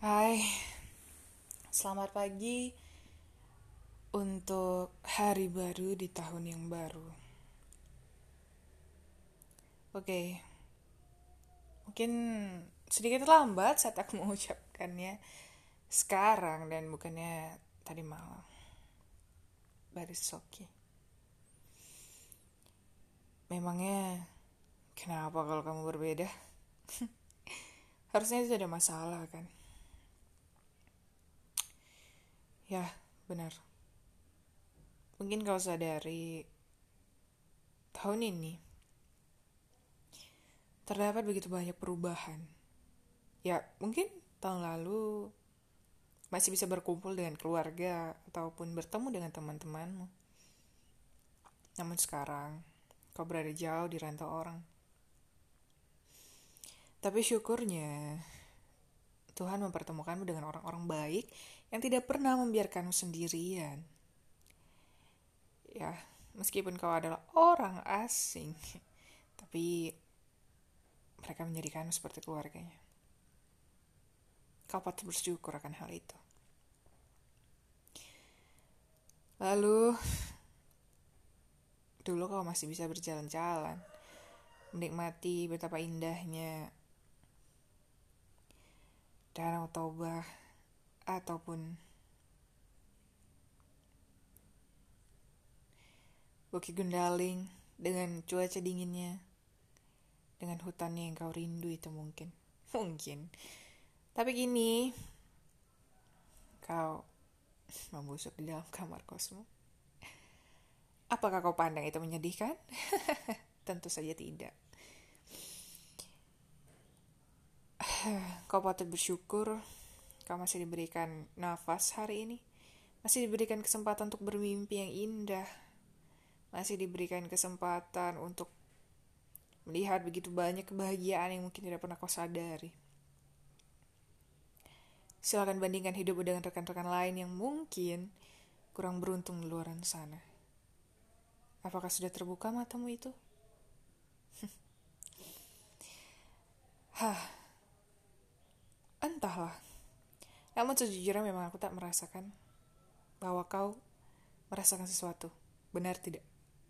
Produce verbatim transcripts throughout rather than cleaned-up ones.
Hai, selamat pagi untuk hari baru di tahun yang baru. Oke, mungkin sedikit lambat saat aku mengucapkannya sekarang dan bukannya tadi malam. But it's okay. Memangnya kenapa kalau kamu berbeda? Harusnya itu ada masalah kan? Ya, benar. Mungkin kau sadari tahun ini terdapat begitu banyak perubahan. Ya, mungkin tahun lalu masih bisa berkumpul dengan keluarga ataupun bertemu dengan teman-temanmu. Namun sekarang, kau berada jauh di rantau orang. Tapi syukurnya, Tuhan mempertemukanmu dengan orang-orang baik yang tidak pernah membiarkanmu sendirian. Ya, meskipun kau adalah orang asing, tapi mereka menjadikanmu seperti keluarganya. Kau patut bersyukur akan hal itu. Lalu, dulu kau masih bisa berjalan-jalan, menikmati betapa indahnya Danau Toba ataupun Bukit Gundaling dengan cuaca dinginnya, dengan hutannya yang kau rindu itu mungkin. Mungkin. Tapi gini, kau membusuk di dalam kamar kosmu. Apakah kau pandang itu menyedihkan? Tentu saja tidak. Kau patut bersyukur kau masih diberikan nafas hari ini. Masih diberikan kesempatan untuk bermimpi yang indah. Masih diberikan kesempatan untuk melihat begitu banyak kebahagiaan yang mungkin tidak pernah kau sadari. Silakan bandingkan hidupmu dengan rekan-rekan lain yang mungkin kurang beruntung di luar sana. Apakah sudah terbuka matamu itu? Hah, entahlah. Namun sejujurnya memang aku tak merasakan bahwa kau merasakan sesuatu. Benar tidak?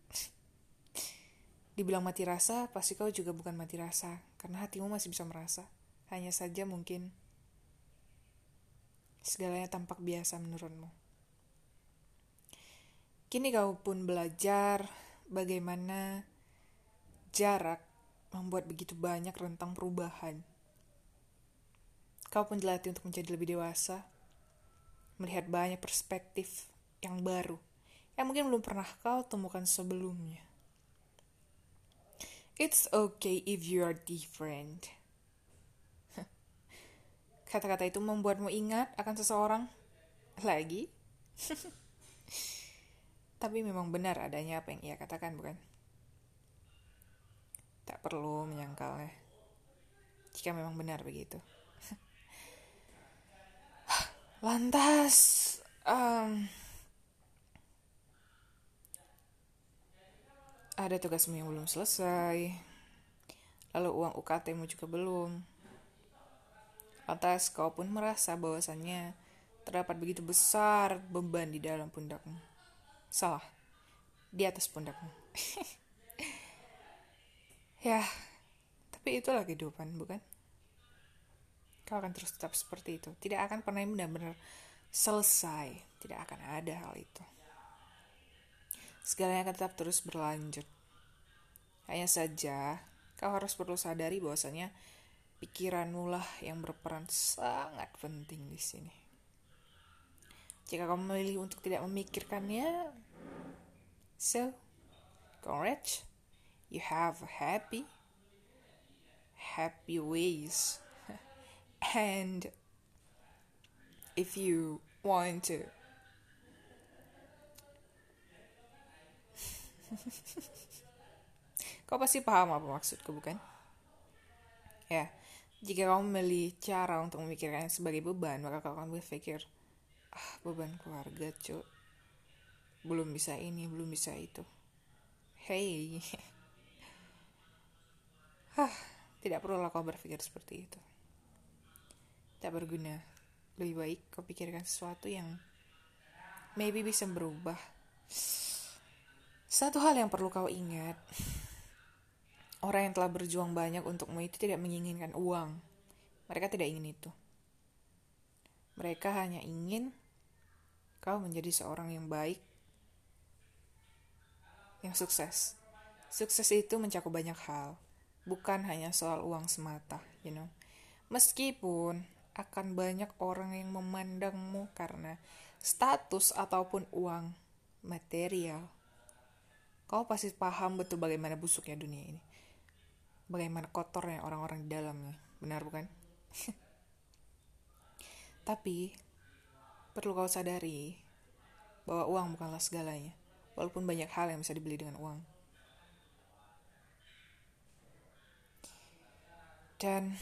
Dibilang mati rasa, pasti kau juga bukan mati rasa. Karena hatimu masih bisa merasa. Hanya saja mungkin segalanya tampak biasa menurutmu. Kini kau pun belajar bagaimana jarak membuat begitu banyak rentang perubahan. Kau pun dilatih untuk menjadi lebih dewasa, melihat banyak perspektif yang baru, yang mungkin belum pernah kau temukan sebelumnya. It's okay if you are different. Kata-kata itu membuatmu ingat akan seseorang lagi. Tapi memang benar adanya apa yang ia katakan, bukan? Tak perlu menyangkalnya. Jika memang benar begitu. Lantas, um, ada tugasmu yang belum selesai. Lalu uang U K T-mu juga belum. Lantas kau pun merasa bahwasannya terdapat begitu besar beban di dalam pundakmu. Salah, di atas pundakmu. Ya, tapi itulah kehidupan, bukan? Kau akan terus tetap seperti itu. Tidak akan pernah benar-benar selesai. Tidak akan ada hal itu. Segalanya akan tetap terus berlanjut. Hanya saja, kau harus perlu sadari bahwasanya pikiranmu lah yang berperan sangat penting di sini. Jika kau memilih untuk tidak memikirkannya, so, congrats, you have a happy, happy ways. And if you want to kau pasti paham apa maksudku, bukan? Ya, jika kamu memilih cara untuk memikirkannya sebagai beban, maka kau akan berpikir, ah, beban keluarga, cuk. Belum bisa ini, belum bisa itu. Hey, Hah, tidak perlulah kau berpikir seperti itu. Tak berguna. lebih baik kau pikirkan sesuatu yang maybe bisa berubah. Satu hal yang perlu kau ingat, orang yang telah berjuang banyak untukmu itu tidak menginginkan uang. Mereka tidak ingin itu. Mereka hanya ingin kau menjadi seorang yang baik, yang sukses. Sukses itu mencakup banyak hal, bukan hanya soal uang semata, you know. Meskipun akan banyak orang yang memandangmu karena status ataupun uang material, kau pasti paham betul bagaimana busuknya dunia ini. Bagaimana kotornya orang-orang di dalamnya. Benar bukan? Tapi perlu kau sadari bahwa uang bukanlah segalanya. Walaupun banyak hal yang bisa dibeli dengan uang. Dan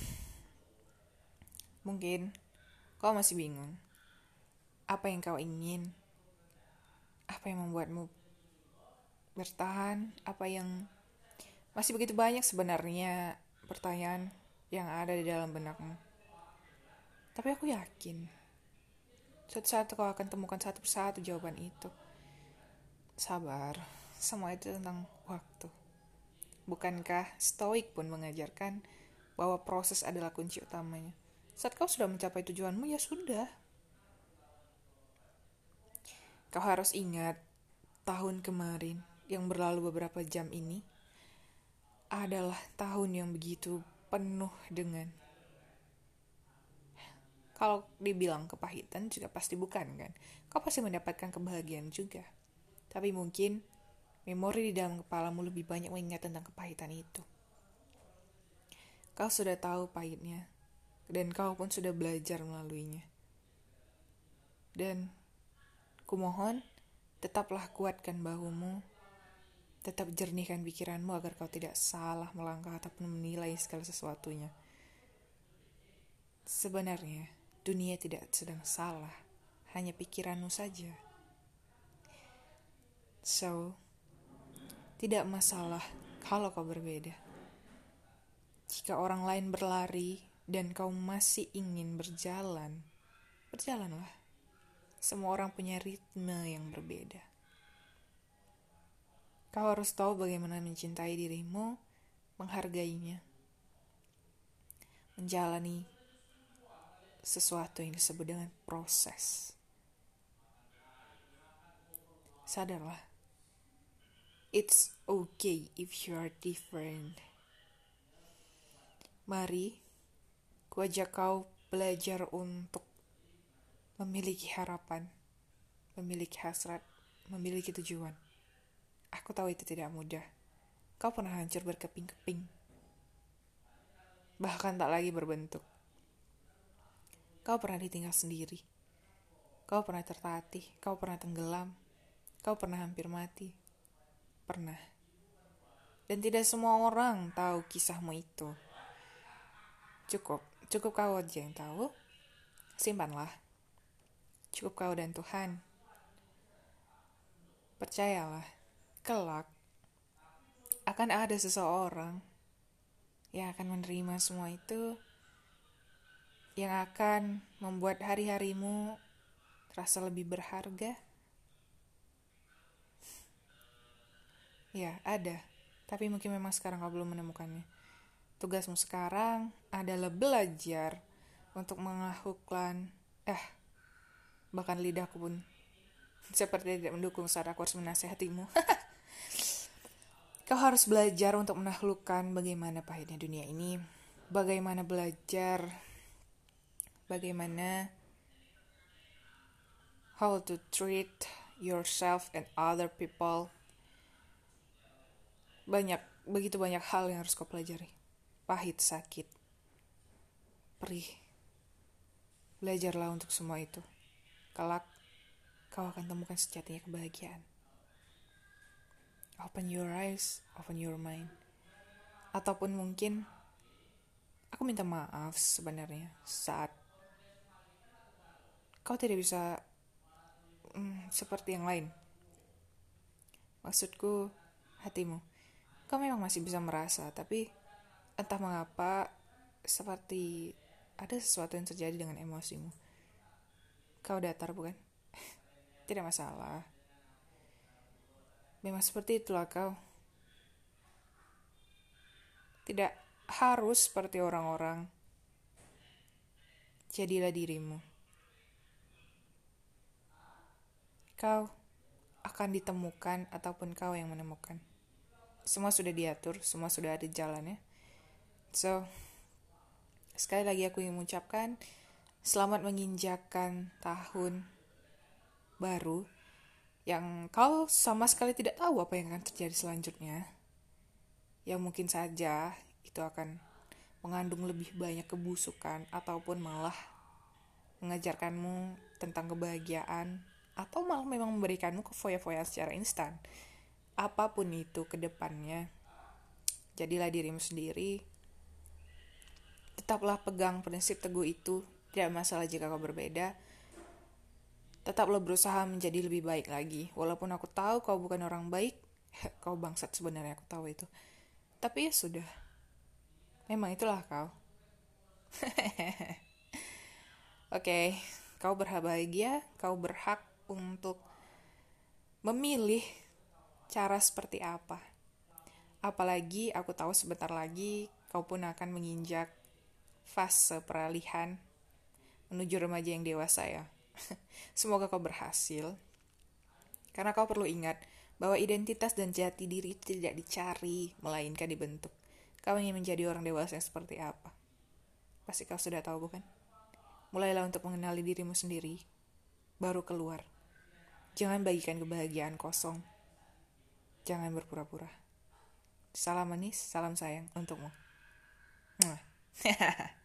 mungkin kau masih bingung. Apa yang kau ingin? Apa yang membuatmu bertahan? Apa yang... Masih begitu banyak sebenarnya pertanyaan yang ada di dalam benakmu. Tapi aku yakin suatu saat kau akan temukan satu persatu jawaban itu. Sabar, semua itu tentang waktu. Bukankah Stoik pun mengajarkan bahwa proses adalah kunci utamanya? Saat kau sudah mencapai tujuanmu, ya sudah. Kau harus ingat, tahun kemarin yang berlalu beberapa jam ini adalah tahun yang begitu penuh dengan, kalau dibilang kepahitan juga pasti bukan kan. Kau pasti mendapatkan kebahagiaan juga. Tapi mungkin memori di dalam kepalamu lebih banyak mengingat tentang kepahitan itu. Kau sudah tahu pahitnya, dan kau pun sudah belajar melaluinya. Dan kumohon, tetaplah kuatkan bahumu, tetap jernihkan pikiranmu agar kau tidak salah melangkah ataupun menilai segala sesuatunya. Sebenarnya, dunia tidak sedang salah, hanya pikiranmu saja. So, tidak masalah kalau kau berbeda. Jika orang lain berlari dan kau masih ingin berjalan, berjalanlah. Semua orang punya ritme yang berbeda. Kau harus tahu bagaimana mencintai dirimu, menghargainya, menjalani sesuatu yang disebut dengan proses. Sadarlah, it's okay if you are different. Mari, ku ajak kau belajar untuk memiliki harapan, memiliki hasrat, memiliki tujuan. Aku tahu itu tidak mudah. Kau pernah hancur berkeping-keping, bahkan tak lagi berbentuk. Kau pernah ditinggal sendiri. Kau pernah tertatih. Kau pernah tenggelam. Kau pernah hampir mati. Pernah. Dan tidak semua orang tahu kisahmu itu. Cukup. Cukup kau aja yang tahu. Simpanlah. Cukup kau dan Tuhan. Percayalah, kelak akan ada seseorang yang akan menerima semua itu, yang akan membuat hari-harimu terasa lebih berharga. Ya, ada. Tapi mungkin memang sekarang kau belum menemukannya. Tugasmu sekarang adalah belajar untuk mengahukan, eh, bahkan lidahku pun seperti tidak mendukung saat aku harus menasehatimu. Kau harus belajar untuk menaklukkan bagaimana pahitnya dunia ini. Bagaimana belajar, bagaimana how to treat yourself and other people. Banyak, begitu banyak hal yang harus kau pelajari. Pahit, sakit, perih. Belajarlah untuk semua itu. Kelak, kau akan temukan sejatinya kebahagiaan. Open your eyes, open your mind. Ataupun mungkin, aku minta maaf sebenarnya saat kau tidak bisa hmm, seperti yang lain. Maksudku, hatimu. Kau memang masih bisa merasa, tapi entah mengapa seperti ada sesuatu yang terjadi dengan emosimu. Kau datar bukan? Tidak masalah. Memang seperti itulah kau. Tidak harus seperti orang-orang. Jadilah dirimu. Kau akan ditemukan ataupun kau yang menemukan. Semua sudah diatur, semua sudah ada jalannya. So, sekali lagi aku ingin mengucapkan selamat menginjakan tahun baru yang kau sama sekali tidak tahu apa yang akan terjadi selanjutnya. Yang mungkin saja itu akan mengandung lebih banyak kebusukan ataupun malah mengajarkanmu tentang kebahagiaan atau malah memang memberikanmu kefoya-foya secara instan. Apapun itu ke depannya, jadilah dirimu sendiri. Tetaplah pegang prinsip teguh itu. Tidak masalah jika kau berbeda. Tetaplah berusaha menjadi lebih baik lagi. Walaupun aku tahu kau bukan orang baik, kau bangsat sebenarnya, aku tahu itu. Tapi ya sudah. Memang itulah kau. Oke, okay, kau berhak bahagia, kau berhak untuk memilih cara seperti apa. Apalagi aku tahu sebentar lagi kau pun akan menginjak fase peralihan menuju remaja yang dewasa ya. Semoga kau berhasil. Karena kau perlu ingat bahwa identitas dan jati diri itu tidak dicari, melainkan dibentuk. Kau ingin menjadi orang dewasa yang seperti apa? Pasti kau sudah tahu bukan? Mulailah untuk mengenali dirimu sendiri, baru keluar. Jangan bagikan kebahagiaan kosong. Jangan berpura-pura. Salam manis, salam sayang untukmu.